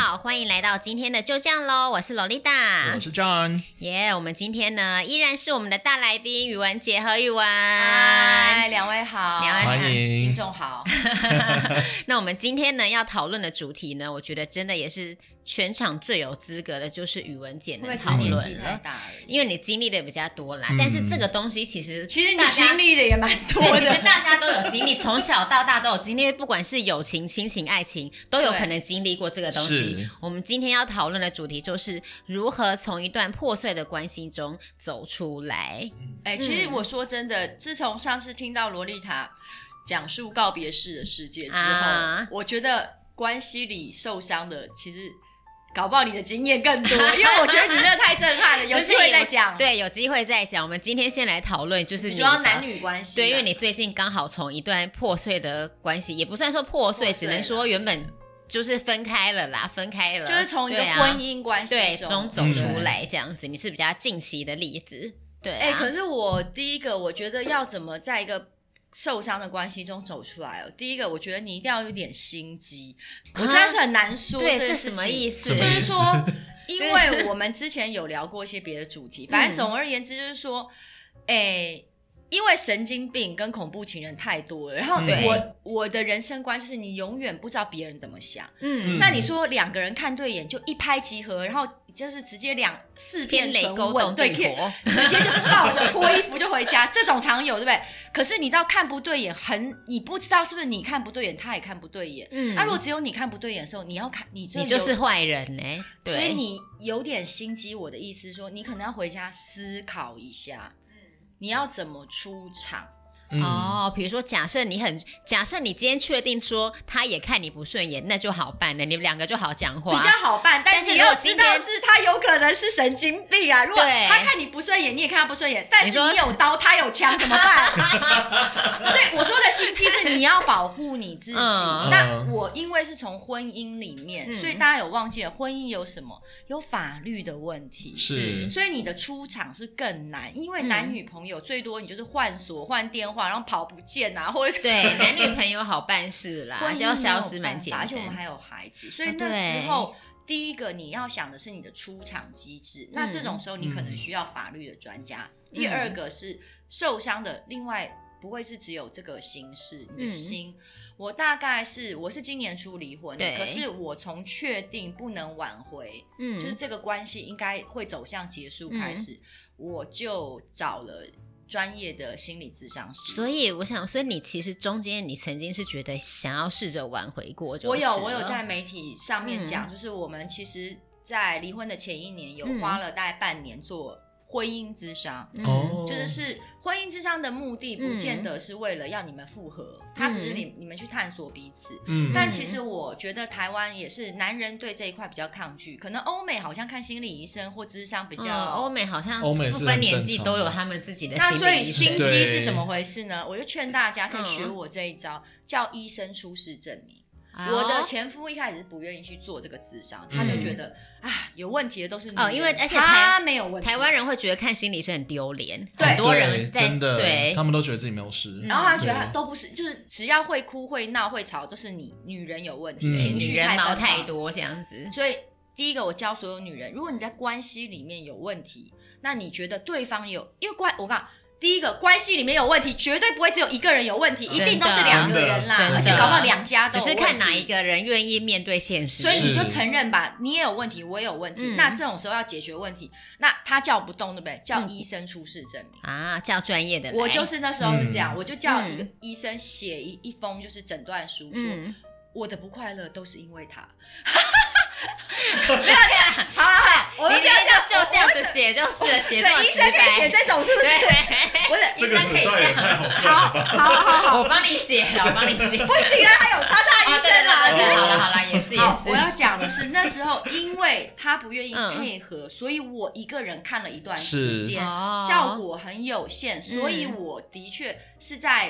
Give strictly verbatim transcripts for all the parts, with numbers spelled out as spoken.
好，欢迎来到今天的就这样咯，我是 Lolita， 我是 John。 耶、yeah, 我们今天呢依然是我们的大来宾宇文姐和宇文。 嗨，两位好， 两位好， 欢迎听众好。 那我们今天呢要讨论的主题呢，我觉得真的也是全场最有资格的，就是宇文姐能讨论了， 会不会年纪太大了？ 因为你经历的比较多啦、 嗯、 但是这个东西其实其实你经历的也蛮多的， 对，其实大家都有经历，从小到大都有经历，因为不管是友情、亲情、爱情，都有可能经历过这个东西。我们今天要讨论的主题就是如何从一段破碎的关系中走出来。 哎、欸，其实我说真的，自从上次听到萝莉塔讲述告别式的世界之后、啊，我觉得关系里受伤的其实搞不好你的经验更多，因为我觉得你真的太震撼了。有机会再讲， 对，有机会再讲。我们今天先来讨论，就是主要男女关系。 对，因为你最近刚好从一段破碎的关系，也不算说破碎，只能说原本就是分开了啦，分开了， 就是从一个婚姻关系中、 对啊、中走出来这样子。你是比较近期的例子，对、啊。 哎、欸，可是我第一个，我觉得要怎么在一个受伤的关系中走出来哦。第一个，我觉得你一定要有点心机，我实在是很难说这。 对，这什么意思？ 就是说，因为我们之前有聊过一些别的主题，反正总而言之就是说，哎、欸。因为神经病跟恐怖情人太多了，然后我、嗯、我的人生观就是你永远不知道别人怎么想。嗯，那你说两个人看对眼就一拍即合，然后就是直接两四片唇吻，对，直接就抱着脱衣服就回家，这种常有，对不对？可是你知道看不对眼，很你不知道是不是你看不对眼，他也看不对眼。嗯，那、啊、如果只有你看不对眼的时候，你要看你你就是坏人呢、欸。对， 所以你有点心机。我的意思说，你可能要回家思考一下。你要怎么出场？ 嗯、哦，比如说假设你很假设你今天确定说他也看你不顺眼，那就好办了，你们两个就好讲话， 比较好办。但是你要知道是他有可能是神经病啊！如果他看你不顺眼，你也看他不顺眼，但是你有刀他有枪怎么办？所以我说的心机是你要保护你自己。嗯、那我因为是从婚姻里面、嗯，所以大家有忘记了婚姻有什么？有法律的问题， 是， 所以你的出场是更难，因为男女朋友最多你就是换锁、换电话。然后跑不见啊，或者是对男女朋友好办事啦，就要消失蛮简单， 而且我们还有孩子，所以那时候第一个你要想的是你的出场机制、嗯，那这种时候你可能需要法律的专家。嗯、第二个是受伤的，另外不会是只有这个形式，你的心。嗯、我大概是我是今年初离婚的，可是我从确定不能挽回，嗯，就是这个关系应该会走向结束开始，嗯、我就找了专业的心理咨商师。 所以我想，所以你其实中间你曾经是觉得想要试着挽回过就是了。 我有我有在媒体上面讲、嗯、就是我们其实在离婚的前一年有花了大概半年做婚姻咨商、嗯、就是是婚姻咨商的目的不见得是为了要你们复合、嗯、它只是 你, 你们去探索彼此、嗯、但其实我觉得台湾也是男人对这一块比较抗拒，可能欧美好像看心理医生或咨商比较， 欧、嗯、美好像不分年纪都有他们自己的心理医生。 那所以心机是怎么回事呢？我就劝大家可以学我这一招、嗯、叫医生出示证明。我的前夫一开始是不愿意去做这个咨商，他就觉得、嗯、啊有问题的都是女人、哦、 因为而且他没有问题。 台湾人会觉得看心理医生很丢脸， 很多人在真的对他们都觉得自己没有事， 然后他觉得他都不是，就是只要会哭会闹会吵都是你女人有问题，情绪女人毛太多这样子。 所以第一个我教所有女人，如果你在关系里面有问题，那你觉得对方有，因为关我告诉你第一个关系里面有问题，绝对不会只有一个人有问题，一定都是两个人啦，而且搞不好两家都有问题， 只是看哪一个人愿意面对现实。 所以你就承认吧，你也有问题，我也有问题、嗯。那这种时候要解决问题，那他叫不动，对不对？叫医生出示证明、 嗯、啊，叫专业的来。 我就是那时候是这样，嗯、我就叫一个医生写一一封就是诊断书，说、嗯、我的不快乐都是因为他。 不要这样，好好好，我们不要这样，就这样子写就是了，写这么直白。 医生可以写这种是不是？ 不是，医生可以这样。 好，好，好，好， 我帮你写了，我帮你写。 不行啊，还有叉叉医生啊。 对对对，好了好了，也是也是。 我要讲的是那时候，因为他不愿意配合，所以我一个人看了一段时间，效果很有限，所以我的确是在。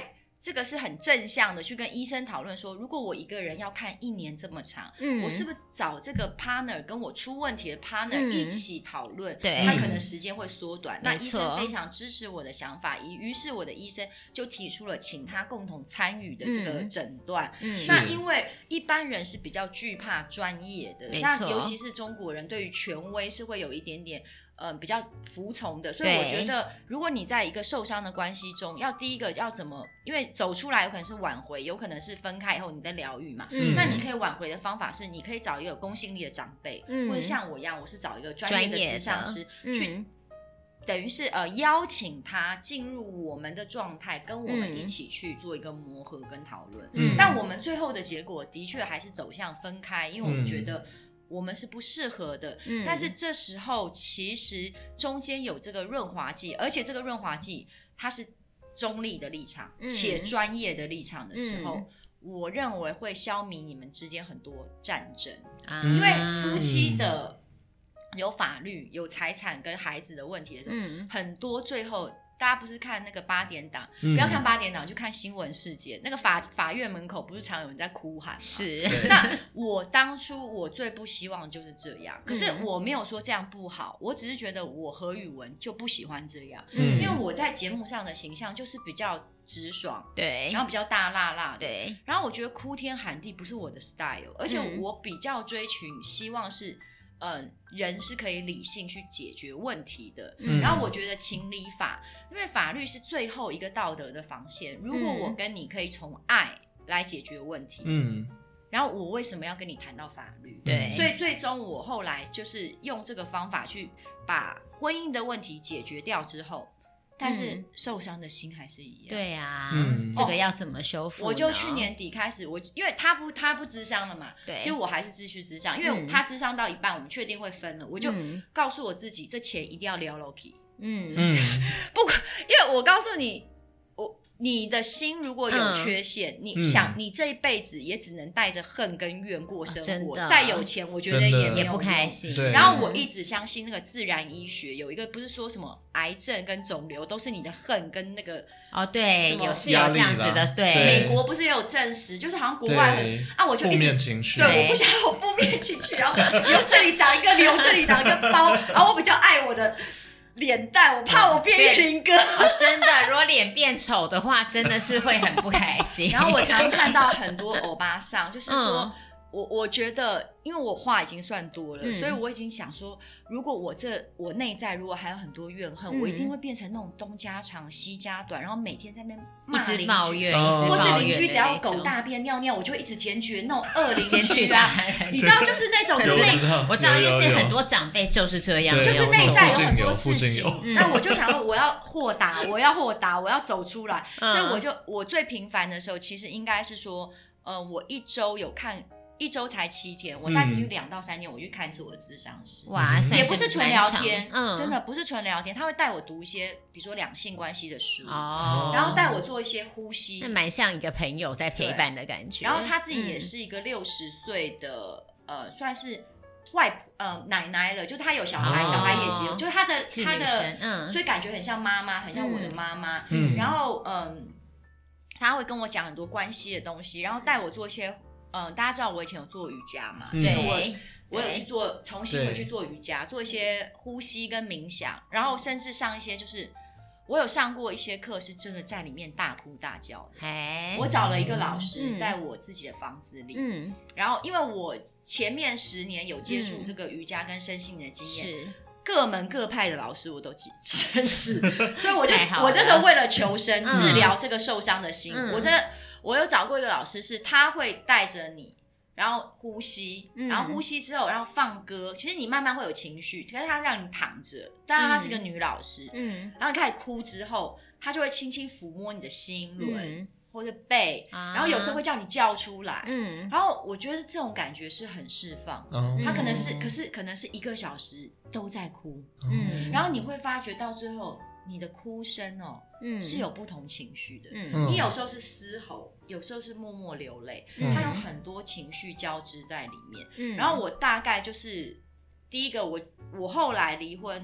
这个是很正向的去跟医生讨论说，如果我一个人要看一年这么长，嗯，我是不是找这个 partner 跟我出问题的 partner、嗯、一起讨论，对，他可能时间会缩短、嗯、那医生非常支持我的想法，于是我的医生就提出了请他共同参与的这个诊断、嗯嗯、那因为一般人是比较惧怕专业的，那尤其是中国人对于权威是会有一点点呃，比较服从的，所以我觉得如果你在一个受伤的关系中，要第一个要怎么，因为走出来有可能是挽回，有可能是分开以后你在疗愈嘛、嗯、那你可以挽回的方法是你可以找一个有公信力的长辈、嗯、或者像我一样我是找一个专业的咨商师去、嗯、等于是呃邀请他进入我们的状态，跟我们一起去做一个磨合跟讨论、嗯、但我们最后的结果的确还是走向分开，因为我们觉得、嗯我们是不适合的、嗯、但是这时候其实中间有这个润滑剂，而且这个润滑剂它是中立的立场、嗯、且专业的立场的时候、嗯、我认为会消弭你们之间很多战争、啊、因为夫妻的有法律有财产跟孩子的问题的时候、嗯、很多最后大家不是看那个八点档、嗯、不要看八点档，就看新闻事件，那个 法, 法院门口不是常有人在哭喊吗？ 是。 那我当初我最不希望就是这样，可是我没有说这样不好，我只是觉得我何宇文就不喜欢这样、嗯、因为我在节目上的形象就是比较直爽， 对， 然后比较大辣辣的， 对， 然后我觉得哭天喊地不是我的 style， 而且我比较追寻希望是呃，人是可以理性去解决问题的、嗯、然后我觉得情理法，因为法律是最后一个道德的防线，如果我跟你可以从爱来解决问题，嗯，然后我为什么要跟你谈到法律？ 对， 所以最终我后来就是用这个方法去把婚姻的问题解决掉之后，但是受伤的心还是一样。 对啊、嗯、这个要怎么修复呢？ 我就去年底开始，我因为他不他不咨商了嘛，对，其实我还是继续咨商，因为他咨商到一半我们确定会分了，我就告诉我自己这钱一定要聊下去。嗯嗯，不，因为我告诉你我你的心如果有缺陷、嗯、你想你这一辈子也只能带着恨跟怨过生活、啊、再有钱我觉得也没有也不开心。 然后我一直相信那个自然医学有一个不是说什么癌症跟肿瘤都是你的恨跟那个哦对有是有这样子的， 对, 对美国不是也有证实，就是好像国外很啊，我就一直负面情绪， 对，我不想有负面情绪，然后由这里长一个瘤这里长一个包，然后我比较爱我的脸蛋，我怕我变岳林哥、 哦、真的如果脸变丑的话真的是会很不开心然后我常看到很多欧巴桑就是说、嗯、我我觉得因为我话已经算多了、嗯、所以我已经想说如果我这我内在如果还有很多怨恨、嗯、我一定会变成那种东家长西家短，然后每天在那边骂邻居， 一直抱怨、 哦、或是邻居只要狗大便尿尿我就会一直检举那种恶邻居啊你知道就是那种内我知道因为是很多长辈就是这样， 就是内在有很多事情、嗯、那我就想说我要豁达我要豁达我要走出来、嗯、所以我就我最频繁的时候其实应该是说呃，我一周有看一周才七天，我大概平均两到三天我去看一次我的咨商师。 哇， 也不是纯聊天，嗯，真的不是纯聊天，他会带我读一些，比如说两性关系的书，哦，然后带我做一些呼吸， 那蛮像一个朋友在陪伴的感觉。 然后他自己也是一个六十岁的、嗯，呃，算是外婆呃奶奶了，就他有小孩，哦、小孩也结婚，就是他的他的，嗯，所以感觉很像妈妈，很像我的妈妈。嗯，然后嗯，他会跟我讲很多关系的东西，然后带我做一些。嗯，大家知道我以前有做瑜伽嘛？对，我我有去做，重新回去做瑜伽，做一些呼吸跟冥想，然后甚至上一些就是我有上过一些课，是真的在里面大哭大叫的。我找了一个老师，在我自己的房子里，嗯，然后因为我前面十年有接触这个瑜伽跟身心的经验。嗯，是各门各派的老师我都认识，所以我就我那时候为了求生、嗯、治疗这个受伤的心、嗯、我真的我有找过一个老师是他会带着你然后呼吸、嗯、然后呼吸之后然后放歌，其实你慢慢会有情绪，可是他让你躺着，当然他是个女老师，嗯，然后你开始哭之后他就会轻轻抚摸你的心轮、嗯或者背、啊，然后有时候会叫你叫出来，嗯，然后我觉得这种感觉是很释放，嗯，他可能是，可是可能是一个小时都在哭，嗯，然后你会发觉到最后你的哭声哦，嗯，是有不同情绪的，嗯，你有时候是嘶吼，有时候是默默流泪，嗯，它有很多情绪交织在里面，嗯，然后我大概就是第一个我我后来离婚。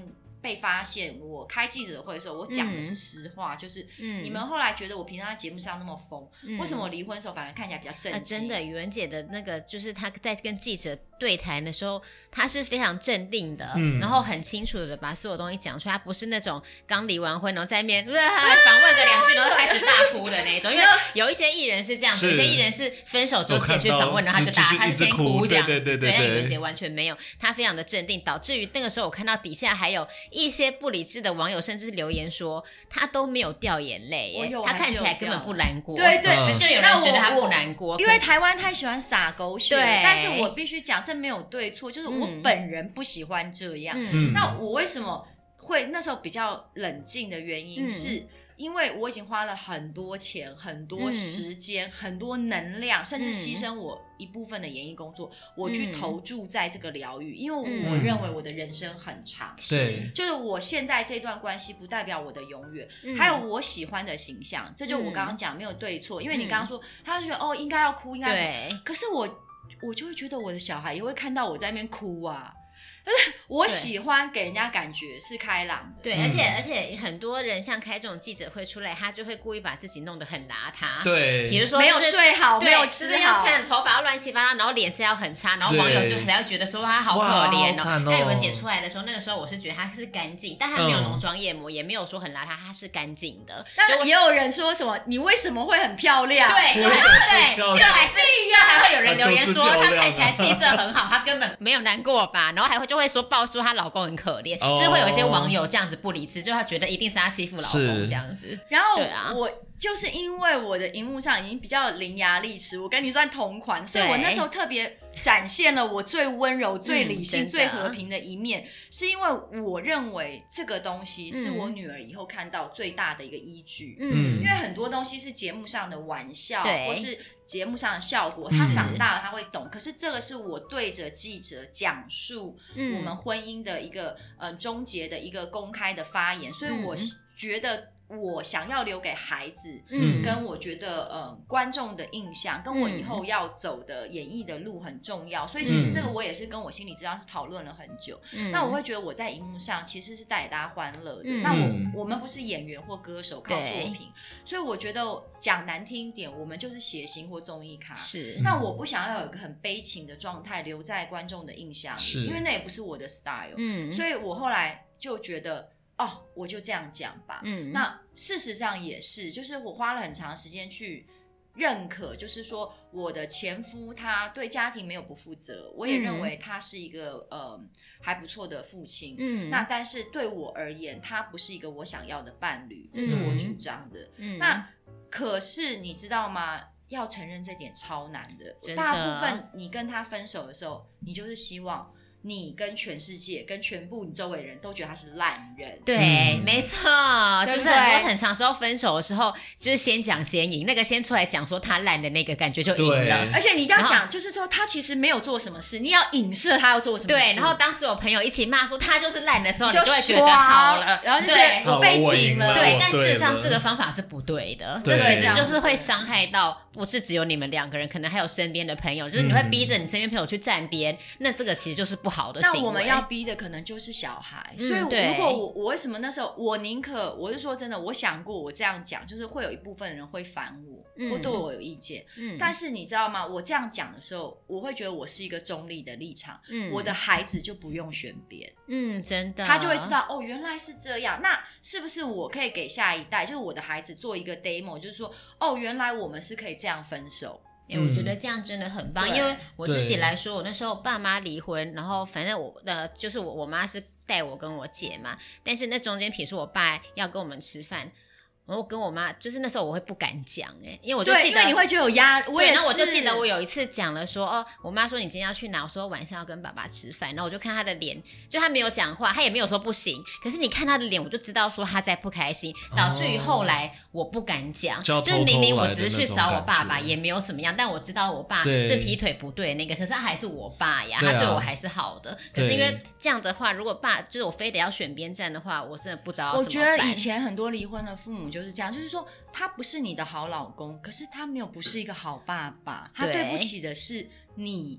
被发现我开记者会的时候，我讲的是实话，嗯、就是你们后来觉得我平常在节目上那么疯，嗯、为什么我离婚的时候反而看起来比较正经？啊、 真的，宇文姐的那个就是她在跟记者对谈的时候，她是非常镇定的，嗯、然后很清楚的把所有东西讲出来，她不是那种刚离完婚然后在那边访问个两句然后开始大哭的那种，因为有一些艺人是这样子，有些艺人是分手之后自己去访问，然后他就大他就先哭这样，对对对对，但宇文姐完全没有，她非常的镇定，导致于那个时候我看到底下还有一些不理智的网友，甚至留言说她都没有掉眼泪耶，她看起来根本不难过， 对对， 嗯、就有人觉得她不难过， 因为台湾太喜欢撒狗血，对，但是我必须讲这没有对错，就是我本人不喜欢这样，嗯、那我为什么会那时候比较冷静的原因是。嗯因为我已经花了很多钱、很多时间、嗯、很多能量，甚至牺牲我一部分的演艺工作，嗯、我去投注在这个疗愈，因为我认为我的人生很长， 对、嗯， 就是我现在这段关系不代表我的永远，嗯、还有我喜欢的形象，这就我刚刚讲没有对错，因为你刚刚说他就觉得哦应该要哭，应该要哭，可是我我就会觉得我的小孩也会看到我在那边哭啊。但是我喜欢给人家感觉是开朗的， 对，而且而且很多人像开这种记者会出来，他就会故意把自己弄得很邋遢， 对， 比如说、 就是、没有睡好，没有吃好， 要穿的头发要乱七八糟，然后脸色要很差，然后网友就才会觉得说他好可怜哦。但宇文姐出来的时候，那个时候我是觉得他是干净，但他没有浓妆艳抹，嗯、也没有说很邋遢，他是干净的。 但也有人说什么你为什么会很漂亮？ 对，就对，就还是就还会有人留言说他看起来气色很好，他根本没有难过吧？然后还会就会说爆出他老公很可怜，哦、就是会有一些网友这样子不理智，就他觉得一定是他欺负老公这样子。 然后我就是因为我的荧幕上已经比较伶牙俐齿，我跟你算同款，所以我那时候特别展现了我最温柔、最理性、嗯、最和平的一面，是因为我认为这个东西是我女儿以后看到最大的一个依据。嗯，因为很多东西是节目上的玩笑，或是节目上的效果，他长大了他会懂。可是这个是我对着记者讲述我们婚姻的一个呃终结的一个公开的发言，所以我觉得。我想要留给孩子，嗯，跟我觉得呃观众的印象，跟我以后要走的演艺的路很重要，嗯、所以其实这个我也是跟我心理治疗师讨论了很久。嗯、那我会觉得我在荧幕上其实是带给大家欢乐的。嗯、那我我们不是演员或歌手靠作品，所以我觉得讲难听一点，我们就是谐星或综艺咖。 是， 那我不想要有一个很悲情的状态留在观众的印象里，因为那也不是我的 style。嗯，所以我后来就觉得。哦，我就这样讲吧。嗯，那事实上也是，就是我花了很长时间去认可，就是说我的前夫他对家庭没有不负责，我也认为他是一个、嗯、呃还不错的父亲。嗯，那但是对我而言，他不是一个我想要的伴侣，这是我主张的。嗯，那可是你知道吗？要承认这点超难的。真的，大部分你跟他分手的时候，你就是希望。你跟全世界跟全部你周围人都觉得他是烂人， 对、嗯、没错，就是很多很长时候分手的时候就是先讲先赢，那个先出来讲说他烂的那个感觉就赢了， 而且你一定要讲就是说他其实没有做什么事，你要影射他要做什么事， 对，然后当时有朋友一起骂说他就是烂的时候，你就会觉得好了， 然后就觉得我被停了， 对，但事实上这个方法是不对的，这其实就是会伤害到不是只有你们两个人，可能还有身边的朋友，就是你会逼着你身边朋友去站边、嗯、那这个其实就是不好的行为。 那我们要逼的可能就是小孩、嗯、所以如果我我为什么那时候我宁可我是说真的，我想过我这样讲就是会有一部分人会烦我、嗯、或对我有意见、嗯、但是你知道吗，我这样讲的时候我会觉得我是一个中立的立场、嗯、我的孩子就不用选边， 嗯，真的， 他就会知道哦原来是这样，那是不是我可以给下一代就是我的孩子做一个 demo， 就是说哦原来我们是可以这样分手。 欸、我觉得这样真的很棒、嗯、因为我自己来说，我那时候爸妈离婚，然后反正我呃就是我我妈是带我跟我姐嘛，但是那中间比如说我爸要跟我们吃饭，然后跟我妈就是那时候我会不敢讲哎、欸，因为我就记得， 因为你会觉得有压力。我也是， 然后我就记得我有一次讲了说哦，我妈说你今天要去哪？我说晚上要跟爸爸吃饭，然后我就看她的脸，就她没有讲话，她也没有说不行，可是你看她的脸，我就知道说她在不开心，导致于后来我不敢讲， 哦、 就是明明我只是去找我爸爸，也没有怎么样，但我知道我爸是劈腿不对的那个，可是他还是我爸呀，他对我还是好的。可是因为这样的话，如果爸就是我非得要选边站的话，我真的不知道要怎么办。 我觉得以前很多离婚的父母就是这样，就是说。他不是你的好老公，可是他没有不是一个好爸爸，他对不起的是你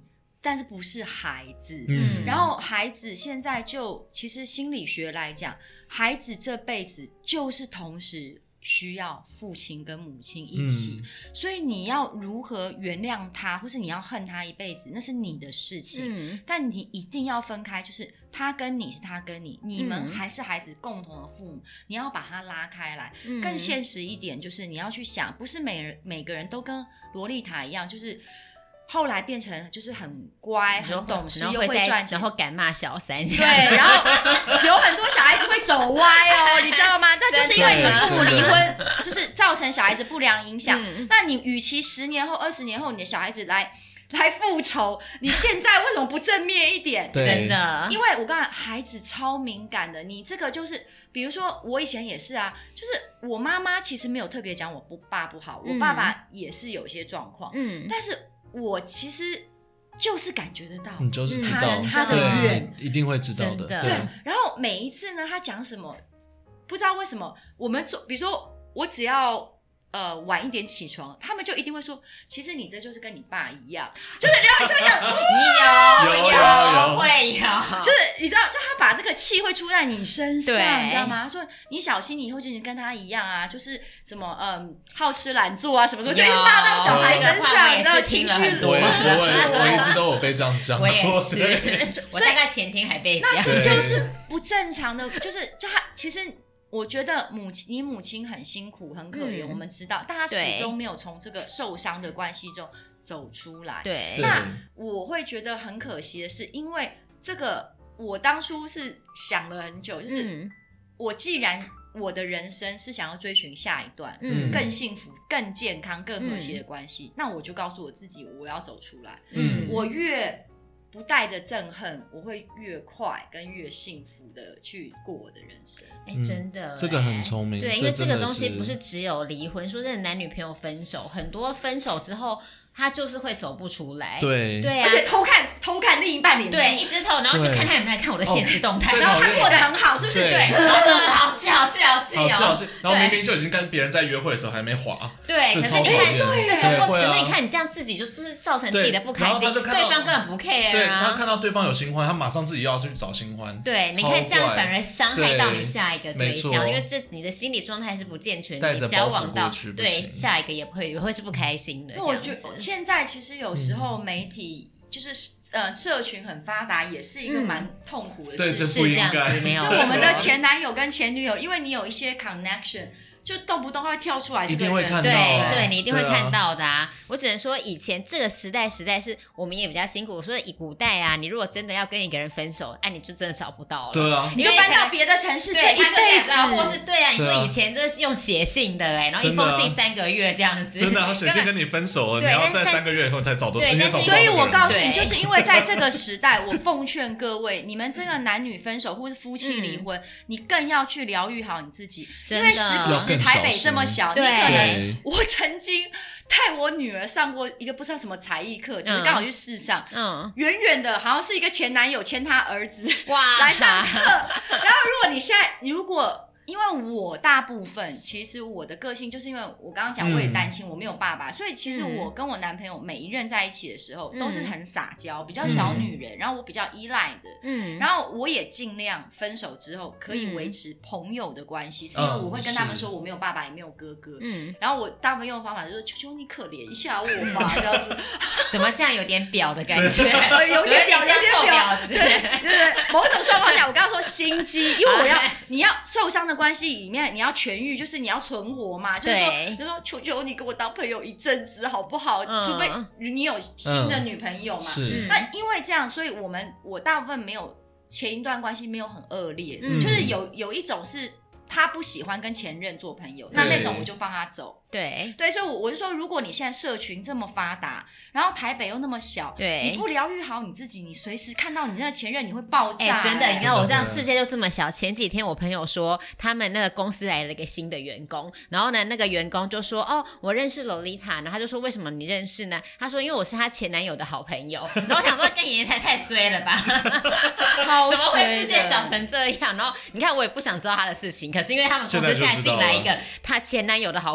但是不是孩子。 嗯， 然后孩子现在就其实心理学来讲，孩子这辈子就是同时需要父亲跟母亲一起、嗯、所以你要如何原谅他，或是你要恨他一辈子，那是你的事情、嗯、但你一定要分开，就是他跟你是他跟你，你们还是孩子共同的父母、嗯、你要把他拉开来、嗯、更现实一点，就是你要去想，不是每人每个人都跟萝莉塔一样，就是后来变成就是很乖很懂事又会赚钱， 然后敢骂小三， 对，然后有很多小孩子会走歪哦你知道吗？那就是因为你们父母离婚就是造成小孩子不良影响、嗯、那你与其十年后二十年后你的小孩子来来复仇，你现在为什么不正面一点？ 真的， 因为我刚才孩子超敏感的，你这个就是比如说我以前也是啊，就是我妈妈其实没有特别讲我不爸不好、嗯、我爸爸也是有一些状况，嗯，但是我其实就是感觉得到， 你就是知道他的怨， 一定会知道的， 的对。然后每一次呢，他讲什么，不知道为什么，我们比如说我只要呃晚一点起床，他们就一定会说，其实你这就是跟你爸一样，就是然后就会讲， 你有有有有会有， 就是你知道，就他把这个气会出在你身上，你知道吗？他说你小心以后就是跟他一样啊，就是什么嗯好吃懒做啊什么什么，就一直骂到小孩身上，你知道情绪我也是，我也我一直都有被这样讲过， 我也是，我大概前天还被讲， 那这就是不正常的，就是就他其实。我觉得母亲，你母亲很辛苦很可怜、嗯、我们知道，但她始终没有从这个受伤的关系中走出来。 对， 那我会觉得很可惜的是，因为这个我当初是想了很久，就是我既然我的人生是想要追寻下一段、嗯、更幸福更健康更和谐的关系、嗯、那我就告诉我自己我要走出来、嗯、我越不带着憎恨，我会越快跟越幸福的去过我的人生。 哎、欸，真的、欸， 这个很聪明。 对，因为这个东西不是只有离婚，说真的，男女朋友分手，很多分手之后。他就是会走不出来， 对对啊， 而且偷看偷看另一半脸， 对，一直偷，然后去看他有没有看我的现实动态， 哦、 然后他过得很好，是不是？ 对，然后说好吃好吃好吃， 好吃好吃，然后明明就已经跟别人在约会的时候还没滑， 对，可是你看，对，这种可是你看你这样自己就就是造成自己的不开心，对方根本不 care 啊， 对，他看到对方有新欢，他马上自己又要去找新欢， 对，你看这样反而伤害到你下一个对象，因为这你的心理状态是不健全，你交往到对下一个也会也会是不开心的。 我觉得现在其实有。有时候媒体就是呃社群很发达，也是一个蛮痛苦的事情。 对，这不应该。 就我们的前男友跟前女友，因为你有一些 connection。就动不动会跳出来这个人， 一定会看到、 啊，对对，你一定会看到的啊！我只能说，以前这个时代时代是我们也比较辛苦。我说以古代啊，你如果真的要跟一个人分手，哎、啊，你就真的找不到了。 对啊， 你就搬到别的城市，这一辈子， 或是对啊，你说以前这是用写信的哎、欸，然后一封信三个月这样子， 真的、啊，他写信跟你分手了，你要在三个月以后才找到，对，找所以我告诉你，就是因为在这个时代，我奉劝各位，你们这个男女分手或是夫妻离婚，嗯、你更要去疗愈好你自己，因为时不时台北这么小。你可能我曾经带我女儿上过一个不知道什么才艺课，就是刚好去试上，嗯，远远的好像是一个前男友牵他儿子哇来上课，然后如果你现在如果。因为我大部分其实我的个性就是因为我刚刚讲我也单亲、嗯、我没有爸爸，所以其实我跟我男朋友每一任在一起的时候、嗯、都是很撒娇比较小女人、嗯、然后我比较依赖的、嗯、然后我也尽量分手之后可以维持朋友的关系、嗯、是因为我会跟他们说我没有爸爸也没有哥哥、嗯、然后我大部分用的方法就是求求你可怜一下我吧这样子怎么这样有点婊的感觉有点婊有点婊对对对某种状况下我刚刚说心机因为我要你要受伤的关系里面你要痊愈，就是你要存活嘛，就是说，就说求求你跟我当朋友一阵子好不好？嗯、除非你有新的女朋友嘛。嗯、那因为这样，所以我们我大部分没有前一段关系没有很恶劣，嗯、就是有有一种是他不喜欢跟前任做朋友，那那种我就放他走。 对对，所以我就说，如果你现在社群这么发达，然后台北又那么小， 对， 你不疗愈好你自己，你随时看到你那个前任，你会爆炸、欸欸。真的，你知道我这样世界就这么小。前几天我朋友说，他们那个公司来了一个新的员工，然后呢，那个员工就说：“哦，我认识 Lolita。”然后他就说：“为什么你认识呢？”他说：“因为我是他前男友的好朋友。”然后我想说，跟爷爷太太衰了吧？ 超怎么会世界小成这样？然后你看，我也不想知道他的事情，可是因为他们公司现在进来一个他前男友的好朋友，导致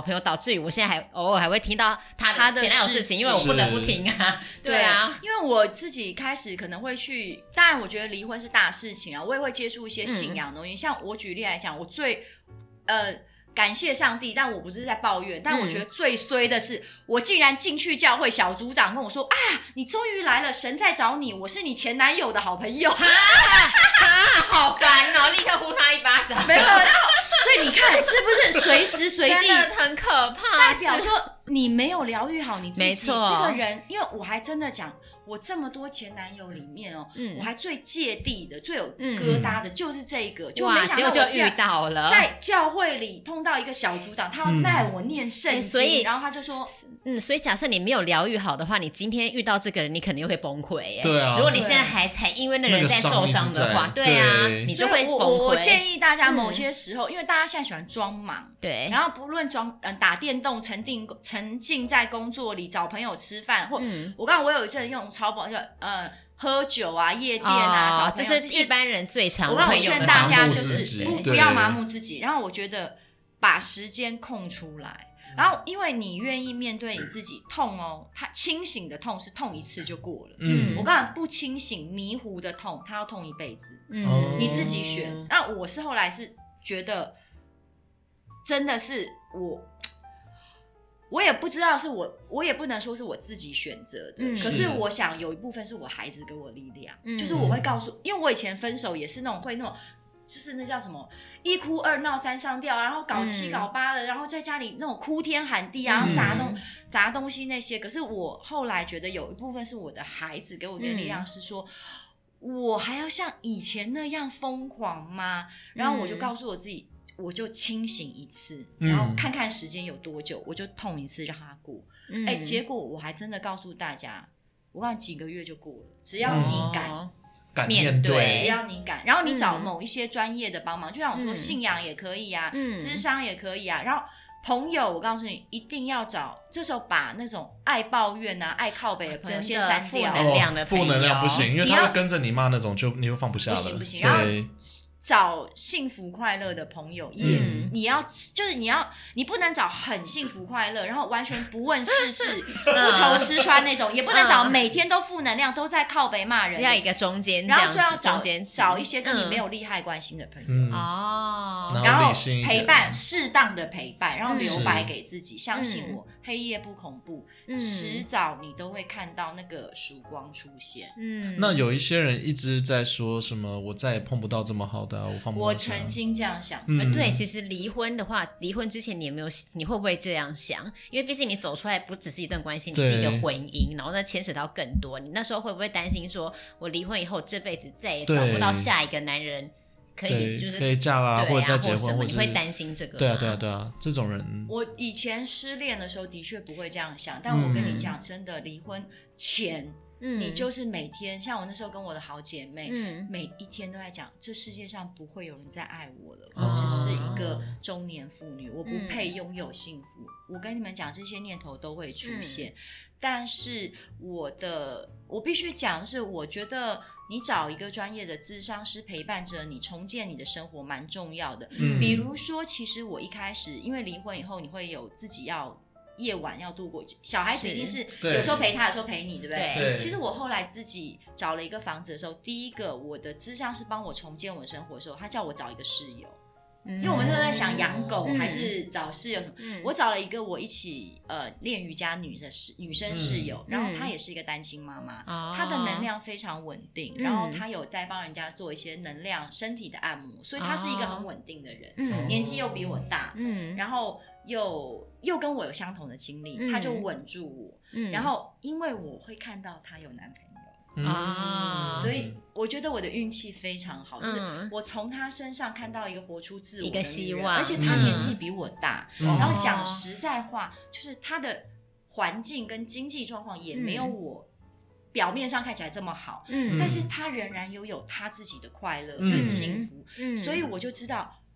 至于我现在还偶尔还会听到他的前男友事情，因为我不得不听啊。对啊， 因为我自己开始可能会去，当然我觉得离婚是大事情啊，我也会接触一些信仰的东西。嗯、像我举例来讲，我最呃。感谢上帝，但我不是在抱怨，但我觉得最衰的是、嗯、我竟然进去教会，小组长跟我说啊，你终于来了，神在找你，我是你前男友的好朋友。 啊啊，好烦哦，立刻呼他一巴掌。 没有，然后所以你看是不是随时随地真的很可怕， 代表说你没有疗愈好你自己。没错，这个人，因为我还真的讲，我这么多前男友里面哦，嗯、我还最芥蒂的、最有疙瘩的，就是这个，嗯、就没想到我就遇到了， 在教会里碰到一个小组长，他要带我念圣经，嗯、所以然后他就说， 嗯，所以假设你没有疗愈好的话，你今天遇到这个人，你肯定会崩溃耶。 对啊， 如果你现在还才因为那个人在受伤的话，对啊， 对你就会崩溃。 我我建议大家某些时候，嗯、因为大家现在喜欢装忙， 对， 然后不论装嗯打电动、沉浸沉浸在工作里、找朋友吃饭，或、嗯、我刚刚我有一阵用超宝就呃。喝酒啊，夜店啊， 哦、这是一般人最常会用的。我刚劝大家就是不不要麻木自己，然后我觉得把时间空出来，然后因为你愿意面对你自己痛哦，他清醒的痛是痛一次就过了。嗯，我刚才不清醒、迷糊的痛，他要痛一辈子。嗯，你自己选。那我是后来是觉得，真的是我。我也不知道是我，我也不能说是我自己选择的、嗯，可是我想有一部分是我孩子给我力量、嗯，就是我会告诉，因为我以前分手也是那种会那种，就是那叫什么一哭二闹三上吊，然后搞七搞八的，嗯、然后在家里那种哭天喊地啊，然后砸东、嗯、砸东西那些。可是我后来觉得有一部分是我的孩子给我的力量，是说、嗯、我还要像以前那样疯狂吗？然后我就告诉我自己。我就清醒一次，然后看看时间有多久，嗯、我就痛一次让他过。哎、嗯欸，结果我还真的告诉大家，我看几个月就过了，只要你敢、 哦、敢面对， 只要你敢，然后你找某一些专业的帮忙，嗯、就像我说，信仰也可以啊，嗯、諮商也可以啊，然后朋友，我告诉你，一定要找，这时候把那种爱抱怨啊、爱靠北的朋友先删掉， 负能量的朋友、 哦、负能量不行，因为他会跟着你骂那种，就你又放不下了， 不行不行，然后。找幸福快乐的朋友，也、嗯、你要就是你要你不能找很幸福快乐，然后完全不问世事、不愁吃穿那种，也不能找每天都负能量、都在靠北骂人， 要一个中间， 然后最要找找一些跟你没有利害关系的朋友哦、 嗯，然后陪伴适当的陪伴，然后留白给自己，相信我，黑夜不恐怖，嗯、迟早你都会看到那个曙光出现。嗯， 那有一些人一直在说什么，我再也碰不到这么好的。我, 放不我曾经这样想、 嗯、对，其实离婚的话，离婚之前你有没有你会不会这样想？因为毕竟你走出来不只是一段关系，你是一个婚姻，然后呢牵扯到更多，你那时候会不会担心说我离婚以后这辈子再也找不到下一个男人可以就是可以嫁啦、啊、或者再结婚，或者你会担心这个吗？ 对啊对啊对啊，这种人我以前失恋的时候的确不会这样想，但我跟你讲、嗯、真的离婚前嗯、你就是每天像我那时候跟我的好姐妹、嗯、每一天都在讲这世界上不会有人再爱我了、哦、我只是一个中年妇女、嗯、我不配拥有幸福、嗯、我跟你们讲这些念头都会出现、嗯、但是我的我必须讲是我觉得你找一个专业的諮商师陪伴着你重建你的生活蛮重要的、嗯、比如说其实我一开始因为离婚以后你会有自己要夜晚要度过，小孩子一定是有时候陪他有时候陪你，对不对？对。其实我后来自己找了一个房子的时候，第一个我的諮商是帮我重建我的生活的时候，他叫我找一个室友、嗯、因为我们都在想养狗、嗯、还是找室友什么、嗯、我找了一个我一起呃练瑜伽女的室女生室友、嗯、然后她也是一个单亲妈妈、嗯、她的能量非常稳定、嗯、然后她有在帮人家做一些能量身体的按摩，所以她是一个很稳定的人、嗯、年纪又比我大、嗯、然后又又跟我有相同的经历、嗯、他就稳住我、嗯、然后因为我会看到他有男朋友啊、嗯，所以我觉得我的运气非常好、嗯、就是我从他身上看到一个活出自我的一个希望， 而且他年纪比我大、嗯、然后讲实在话、嗯、就是他的环境跟经济状况也没有我表面上看起来这么好、嗯、但是他仍然拥有他自己的快乐跟幸福、嗯嗯、所以我就知道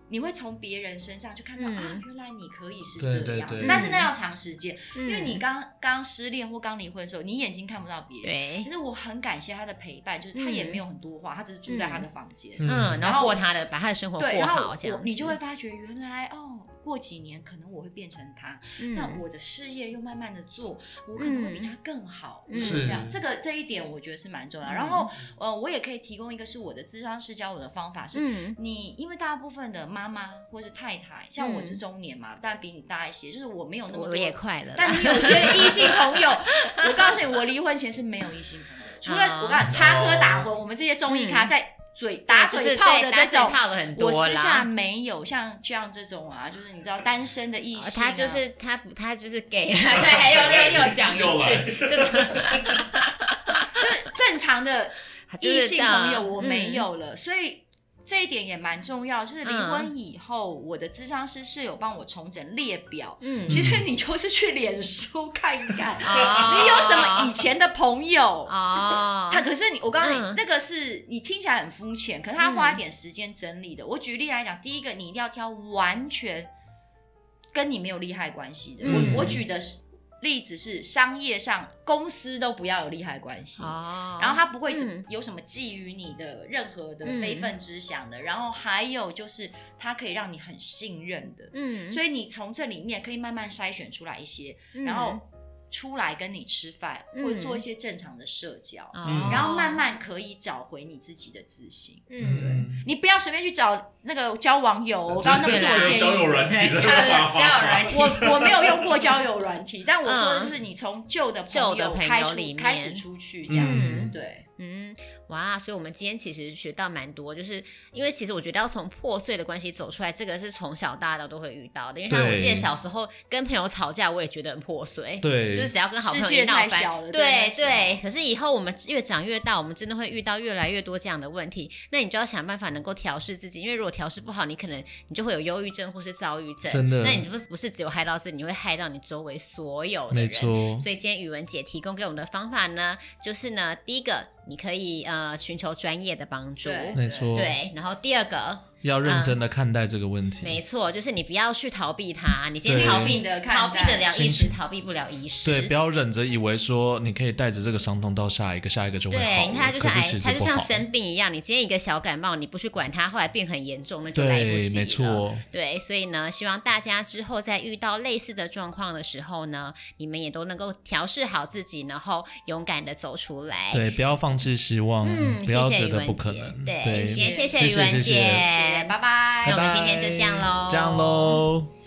你会从别人身上就看到、嗯、啊，原来你可以是这样， 对对对， 但是那要长时间、嗯，因为你刚刚失恋或刚离婚的时候，你眼睛看不到别人。 对。 可是我很感谢他的陪伴，就是他也没有很多话，嗯、他只是住在他的房间， 嗯，嗯然后过他的，把他的生活过好，这样你就会发觉原来哦。过几年可能我会变成他、嗯，那我的事业又慢慢的做，我可能会比他更好，嗯、是这样。这个这一点我觉得是蛮重要、嗯。然后呃，我也可以提供一个是我的咨商师教我的方法是，嗯、你因为大部分的妈妈或是太太，像我是中年嘛，但比你大一些，就是我没有那么多， 我也快了。 但你有些异性朋友，我告诉你，我离婚前是没有异性朋友，除了我刚才插科打诨，我们这些综艺咖在。嘴打嘴炮的这种， 我私下没有像这样这种啊，就是你知道单身的异性、啊， 他就是他他就是 gay， 对，还有又又讲一次，这种就是正常的异性朋友我没有了，嗯、所以。这一点也蛮重要，就是离婚以后，嗯、我的咨商师是有帮我重整列表。嗯，其实你就是去脸书看一看，哦、你有什么以前的朋友哦。他可是你，我告诉你、嗯，那个是你听起来很肤浅，可是他花一点时间整理的。嗯、我举例来讲，第一个你一定要挑完全跟你没有利害关系的。嗯、我我举的是。例子是商业上公司都不要有利害关系、哦、然后他不会有什么觊觎你的任何的非分之想的、嗯、然后还有就是他可以让你很信任的、嗯、所以你从这里面可以慢慢筛选出来一些、嗯、然后出来跟你吃饭、嗯、或者做一些正常的社交、嗯、然后慢慢可以找回你自己的自信。嗯，对，你不要随便去找那个交网友，我刚刚那么做建议， 交友软体的， 交友软体， 我我没有用过交友软体，但我说的就是你从旧的朋友开始开始出去这样子，嗯、对， 嗯。哇，所以我们今天其实学到蛮多，就是因为其实我觉得要从破碎的关系走出来，这个是从小到大都会遇到的。因为像我记得小时候跟朋友吵架，我也觉得很破碎， 对， 就是只要跟好朋友一闹翻，对对。可是以后我们越长越大，我们真的会遇到越来越多这样的问题，那你就要想办法能够调适自己，因为如果调适不好，你可能你就会有忧郁症或是躁郁症， 真的， 那你不是只有害到自己，你会害到你周围所有的人。 没错。 所以今天宇文姐提供给我们的方法呢，就是呢，第一个你可以呃寻求专业的帮助， 没错， 对。然后第二个要认真的看待这个问题， 嗯、没错，就是你不要去逃避它，你今天逃避的逃避得了一时，逃避不了一时。 对，不要忍着以为说你可以带着这个伤痛到下一个，下一个就会好了。 对，你看它就像癌，它就像生病一样，你今天一个小感冒，你不去管它，后来变很严重，那就来不及了。 对，没错。 对，所以呢，希望大家之后在遇到类似的状况的时候呢，你们也都能够调适好自己，然后勇敢的走出来。 对，不要放弃希望，嗯，不要觉得不可能。 对，谢谢谢谢宇文姐， 拜拜。 那我们今天就这样咯， 这样咯。